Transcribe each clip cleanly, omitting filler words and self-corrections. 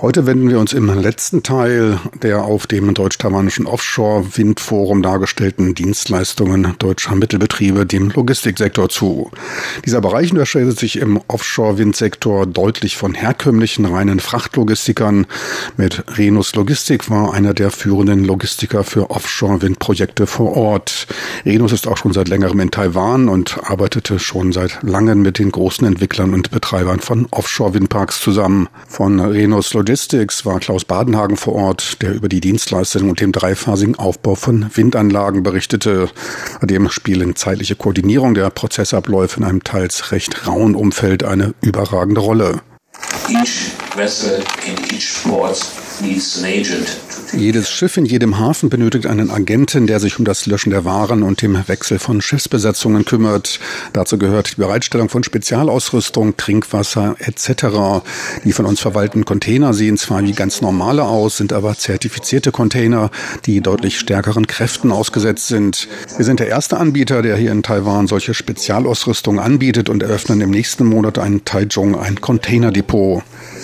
Heute wenden wir uns im letzten Teil der auf dem deutsch-taiwanischen Offshore-Windforum dargestellten Dienstleistungen deutscher Mittelbetriebe dem Logistiksektor zu. Dieser Bereich unterscheidet sich im Offshore-Windsektor deutlich von herkömmlichen reinen Frachtlogistikern. Mit Rhenus Logistik war einer der führenden Logistiker für Offshore-Windprojekte vor Ort. Rhenus ist auch schon seit längerem in Taiwan und arbeitete schon seit langem mit den großen Entwicklern und Betreibern von Offshore-Windparks zusammen. Von Rhenus Logistics war Klaus Badenhagen vor Ort, der über die Dienstleistung und den dreiphasigen Aufbau von Windanlagen berichtete. Bei dem spielen zeitliche Koordinierung der Prozessabläufe in einem teils recht rauen Umfeld eine überragende Rolle. Each vessel in each port needs an agent. Jedes Schiff in jedem Hafen benötigt einen Agenten, der sich um das Löschen der Waren und dem Wechsel von Schiffsbesatzungen kümmert. Dazu gehört die Bereitstellung von Spezialausrüstung, Trinkwasser etc. Die von uns verwalteten Container sehen zwar wie ganz normale aus, sind aber zertifizierte Container, die deutlich stärkeren Kräften ausgesetzt sind. Wir sind der erste Anbieter, der hier in Taiwan solche Spezialausrüstung anbietet und eröffnen im nächsten Monat in Taichung ein Containerdepot.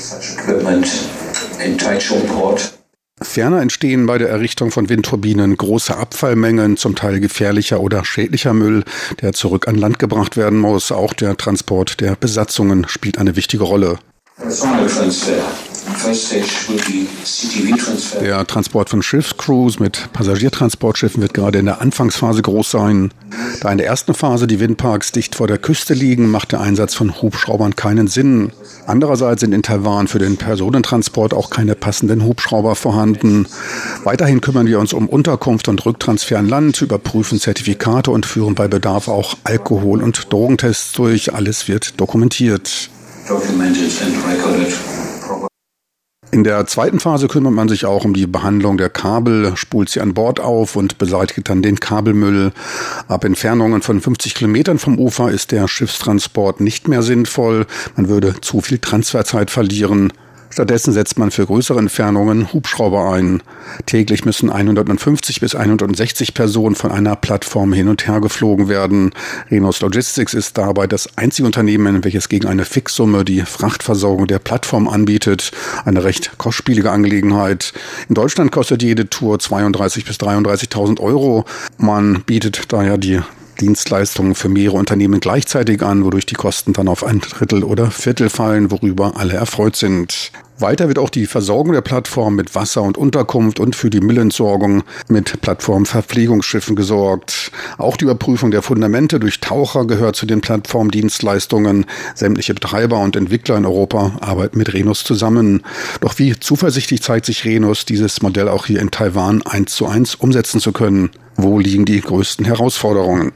In Taichung Port. Ferner entstehen bei der Errichtung von Windturbinen große Abfallmengen, zum Teil gefährlicher oder schädlicher Müll, der zurück an Land gebracht werden muss. Auch der Transport der Besatzungen spielt eine wichtige Rolle. Der Transport von Schiffscrews mit Passagiertransportschiffen wird gerade in der Anfangsphase groß sein. Da in der ersten Phase die Windparks dicht vor der Küste liegen, macht der Einsatz von Hubschraubern keinen Sinn. Andererseits sind in Taiwan für den Personentransport auch keine passenden Hubschrauber vorhanden. Weiterhin kümmern wir uns um Unterkunft und Rücktransfer an Land, überprüfen Zertifikate und führen bei Bedarf auch Alkohol- und Drogentests durch. Alles wird dokumentiert. In der zweiten Phase kümmert man sich auch um die Behandlung der Kabel, spult sie an Bord auf und beseitigt dann den Kabelmüll. Ab Entfernungen von 50 Kilometern vom Ufer ist der Schiffstransport nicht mehr sinnvoll. Man würde zu viel Transferzeit verlieren. Stattdessen setzt man für größere Entfernungen Hubschrauber ein. Täglich müssen 150 bis 160 Personen von einer Plattform hin und her geflogen werden. Rhenus Logistics ist dabei das einzige Unternehmen, welches gegen eine Fixsumme die Frachtversorgung der Plattform anbietet. Eine recht kostspielige Angelegenheit. In Deutschland kostet jede Tour 32.000 bis 33.000 Euro. Man bietet daher die Dienstleistungen für mehrere Unternehmen gleichzeitig an, wodurch die Kosten dann auf ein Drittel oder Viertel fallen, worüber alle erfreut sind. Weiter wird auch die Versorgung der Plattform mit Wasser und Unterkunft und für die Müllentsorgung mit Plattformverpflegungsschiffen gesorgt. Auch die Überprüfung der Fundamente durch Taucher gehört zu den Plattformdienstleistungen. Sämtliche Betreiber und Entwickler in Europa arbeiten mit Rhenus zusammen. Doch wie zuversichtlich zeigt sich Rhenus, dieses Modell auch hier in Taiwan 1:1 umsetzen zu können? Wo liegen die größten Herausforderungen?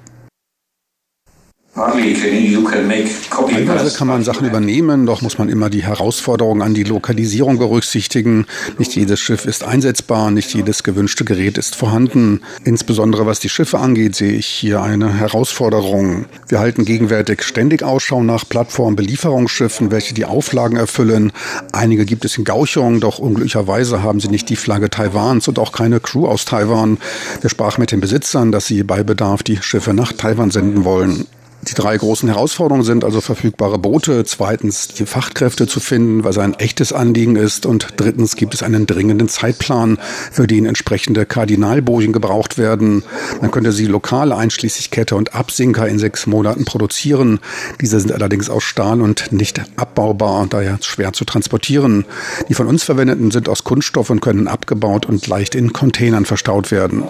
Teilweise kann man Sachen übernehmen, doch muss man immer die Herausforderungen an die Lokalisierung berücksichtigen. Nicht jedes Schiff ist einsetzbar, nicht jedes gewünschte Gerät ist vorhanden. Insbesondere was die Schiffe angeht, sehe ich hier eine Herausforderung. Wir halten gegenwärtig ständig Ausschau nach Plattformbelieferungsschiffen, welche die Auflagen erfüllen. Einige gibt es in Kaohsiung, doch unglücklicherweise haben sie nicht die Flagge Taiwans und auch keine Crew aus Taiwan. Wir sprachen mit den Besitzern, dass sie bei Bedarf die Schiffe nach Taiwan senden wollen. Die drei großen Herausforderungen sind also verfügbare Boote, zweitens die Fachkräfte zu finden, was ein echtes Anliegen ist, und drittens gibt es einen dringenden Zeitplan, für den entsprechende Kardinalbojen gebraucht werden. Man könnte sie lokal einschließlich Kette und Absinker in 6 Monaten produzieren. Diese sind allerdings aus Stahl und nicht abbaubar, daher schwer zu transportieren. Die von uns verwendeten sind aus Kunststoff und können abgebaut und leicht in Containern verstaut werden.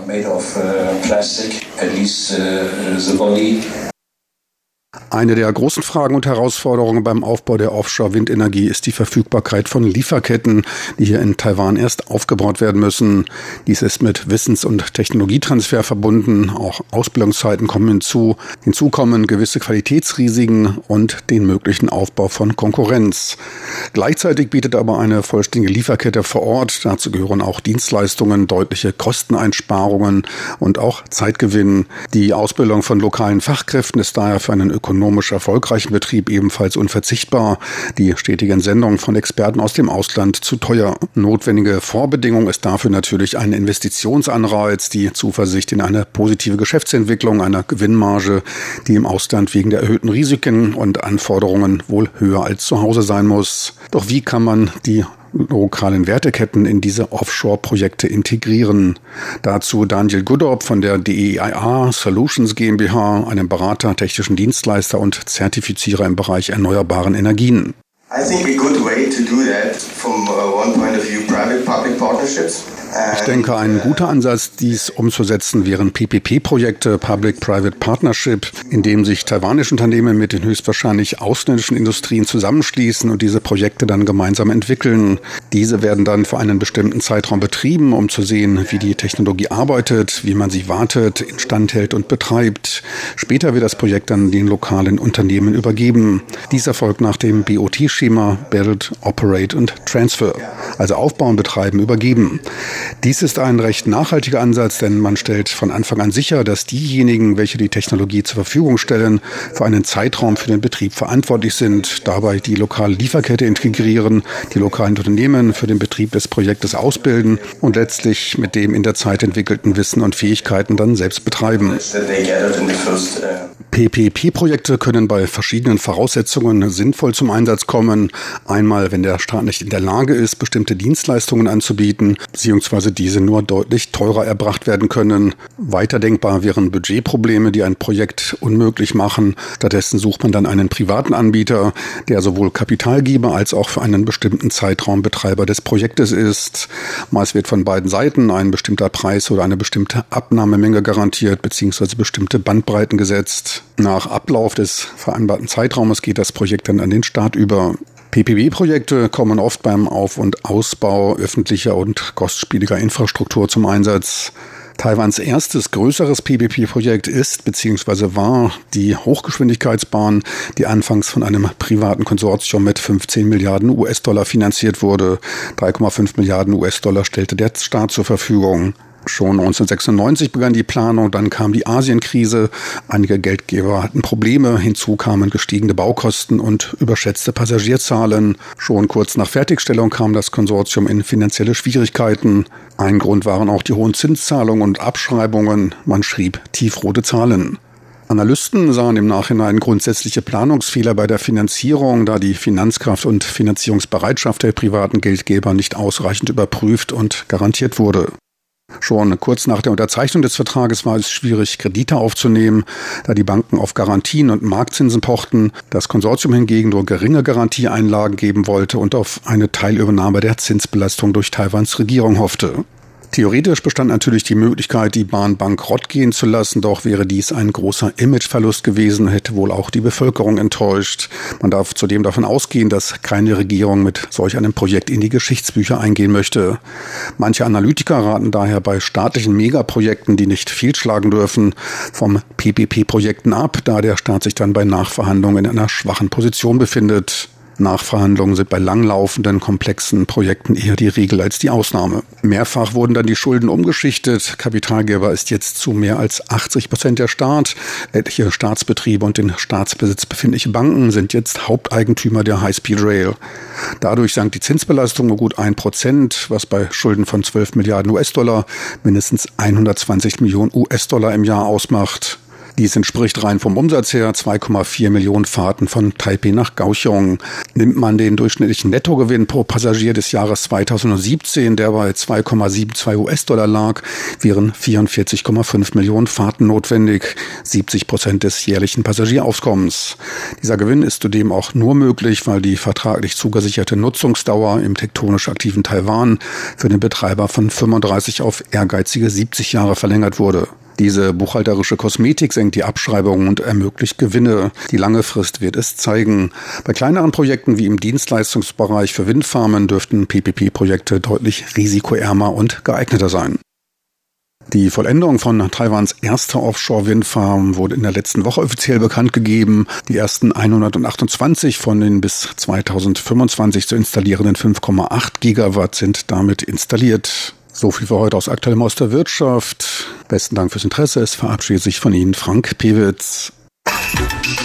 Eine der großen Fragen und Herausforderungen beim Aufbau der Offshore-Windenergie ist die Verfügbarkeit von Lieferketten, die hier in Taiwan erst aufgebaut werden müssen. Dies ist mit Wissens- und Technologietransfer verbunden. Auch Ausbildungszeiten kommen hinzu. Hinzu kommen gewisse Qualitätsrisiken und den möglichen Aufbau von Konkurrenz. Gleichzeitig bietet aber eine vollständige Lieferkette vor Ort. Dazu gehören auch Dienstleistungen, deutliche Kosteneinsparungen und auch Zeitgewinn. Die Ausbildung von lokalen Fachkräften ist daher für einen ökonomisch erfolgreichen Betrieb ebenfalls unverzichtbar. Die stetige Entsendung von Experten aus dem Ausland zu teuer. Notwendige Vorbedingung ist dafür natürlich ein Investitionsanreiz, die Zuversicht in eine positive Geschäftsentwicklung, einer Gewinnmarge, die im Ausland wegen der erhöhten Risiken und Anforderungen wohl höher als zu Hause sein muss. Doch wie kann man die lokalen Werteketten in diese Offshore-Projekte integrieren. Dazu Daniel Gudorp von der DEIA Solutions GmbH, einem Berater, technischen Dienstleister und Zertifizierer im Bereich erneuerbaren Energien. I think a good way to do that from one point of view, private-public partnerships. Ich denke, ein guter Ansatz, dies umzusetzen, wären PPP-Projekte, Public-Private Partnership, in dem sich taiwanische Unternehmen mit den höchstwahrscheinlich ausländischen Industrien zusammenschließen und diese Projekte dann gemeinsam entwickeln. Diese werden dann für einen bestimmten Zeitraum betrieben, um zu sehen, wie die Technologie arbeitet, wie man sie wartet, instand hält und betreibt. Später wird das Projekt dann den lokalen Unternehmen übergeben. Dies erfolgt nach dem BOT-Schema Build, Operate und Transfer, also aufbauen, betreiben, übergeben. Dies ist ein recht nachhaltiger Ansatz, denn man stellt von Anfang an sicher, dass diejenigen, welche die Technologie zur Verfügung stellen, für einen Zeitraum für den Betrieb verantwortlich sind, dabei die lokale Lieferkette integrieren, die lokalen Unternehmen für den Betrieb des Projektes ausbilden und letztlich mit dem in der Zeit entwickelten Wissen und Fähigkeiten dann selbst betreiben. PPP-Projekte können bei verschiedenen Voraussetzungen sinnvoll zum Einsatz kommen. Einmal, wenn der Staat nicht in der Lage ist, bestimmte Dienstleistungen anzubieten, beziehungsweise diese nur deutlich teurer erbracht werden können. Weiter denkbar wären Budgetprobleme, die ein Projekt unmöglich machen. Stattdessen sucht man dann einen privaten Anbieter, der sowohl Kapitalgeber als auch für einen bestimmten Zeitraum Betreiber des Projektes ist. Meist wird von beiden Seiten ein bestimmter Preis oder eine bestimmte Abnahmemenge garantiert, beziehungsweise bestimmte Bandbreiten gesetzt. Nach Ablauf des vereinbarten Zeitraumes geht das Projekt dann an den Staat über. PPP-Projekte kommen oft beim Auf- und Ausbau öffentlicher und kostspieliger Infrastruktur zum Einsatz. Taiwans erstes größeres PPP-Projekt ist bzw. war die Hochgeschwindigkeitsbahn, die anfangs von einem privaten Konsortium mit 15 Milliarden US-Dollar finanziert wurde. 3,5 Milliarden US-Dollar stellte der Staat zur Verfügung. Schon 1996 begann die Planung, dann kam die Asienkrise. Einige Geldgeber hatten Probleme, hinzu kamen gestiegene Baukosten und überschätzte Passagierzahlen. Schon kurz nach Fertigstellung kam das Konsortium in finanzielle Schwierigkeiten. Ein Grund waren auch die hohen Zinszahlungen und Abschreibungen. Man schrieb tiefrote Zahlen. Analysten sahen im Nachhinein grundsätzliche Planungsfehler bei der Finanzierung, da die Finanzkraft und Finanzierungsbereitschaft der privaten Geldgeber nicht ausreichend überprüft und garantiert wurde. Schon kurz nach der Unterzeichnung des Vertrages war es schwierig, Kredite aufzunehmen, da die Banken auf Garantien und Marktzinsen pochten. Das Konsortium hingegen nur geringe Garantieeinlagen geben wollte und auf eine Teilübernahme der Zinsbelastung durch Taiwans Regierung hoffte. Theoretisch bestand natürlich die Möglichkeit, die Bahn bankrott gehen zu lassen, doch wäre dies ein großer Imageverlust gewesen, hätte wohl auch die Bevölkerung enttäuscht. Man darf zudem davon ausgehen, dass keine Regierung mit solch einem Projekt in die Geschichtsbücher eingehen möchte. Manche Analytiker raten daher bei staatlichen Megaprojekten, die nicht fehlschlagen dürfen, vom PPP-Projekten ab, da der Staat sich dann bei Nachverhandlungen in einer schwachen Position befindet. Nachverhandlungen sind bei langlaufenden, komplexen Projekten eher die Regel als die Ausnahme. Mehrfach wurden dann die Schulden umgeschichtet. Kapitalgeber ist jetzt zu mehr als 80% der Staat. Etliche Staatsbetriebe und in Staatsbesitz befindliche Banken sind jetzt Haupteigentümer der High-Speed Rail. Dadurch sank die Zinsbelastung um gut 1%, was bei Schulden von 12 Milliarden US-Dollar mindestens 120 Millionen US-Dollar im Jahr ausmacht. Dies entspricht rein vom Umsatz her 2,4 Millionen Fahrten von Taipei nach Kaohsiung. Nimmt man den durchschnittlichen Nettogewinn pro Passagier des Jahres 2017, der bei 2,72 US-Dollar lag, wären 44,5 Millionen Fahrten notwendig, 70% des jährlichen Passagieraufkommens. Dieser Gewinn ist zudem auch nur möglich, weil die vertraglich zugesicherte Nutzungsdauer im tektonisch aktiven Taiwan für den Betreiber von 35 auf ehrgeizige 70 Jahre verlängert wurde. Diese buchhalterische Kosmetik senkt die Abschreibungen und ermöglicht Gewinne. Die lange Frist wird es zeigen. Bei kleineren Projekten wie im Dienstleistungsbereich für Windfarmen dürften PPP-Projekte deutlich risikoärmer und geeigneter sein. Die Vollendung von Taiwans erster Offshore-Windfarm wurde in der letzten Woche offiziell bekannt gegeben. Die ersten 128 von den bis 2025 zu installierenden 5,8 Gigawatt sind damit installiert. So viel für heute aus Aktuellem aus der Wirtschaft. Besten Dank fürs Interesse. Es verabschiedet sich von Ihnen Frank Pewitz.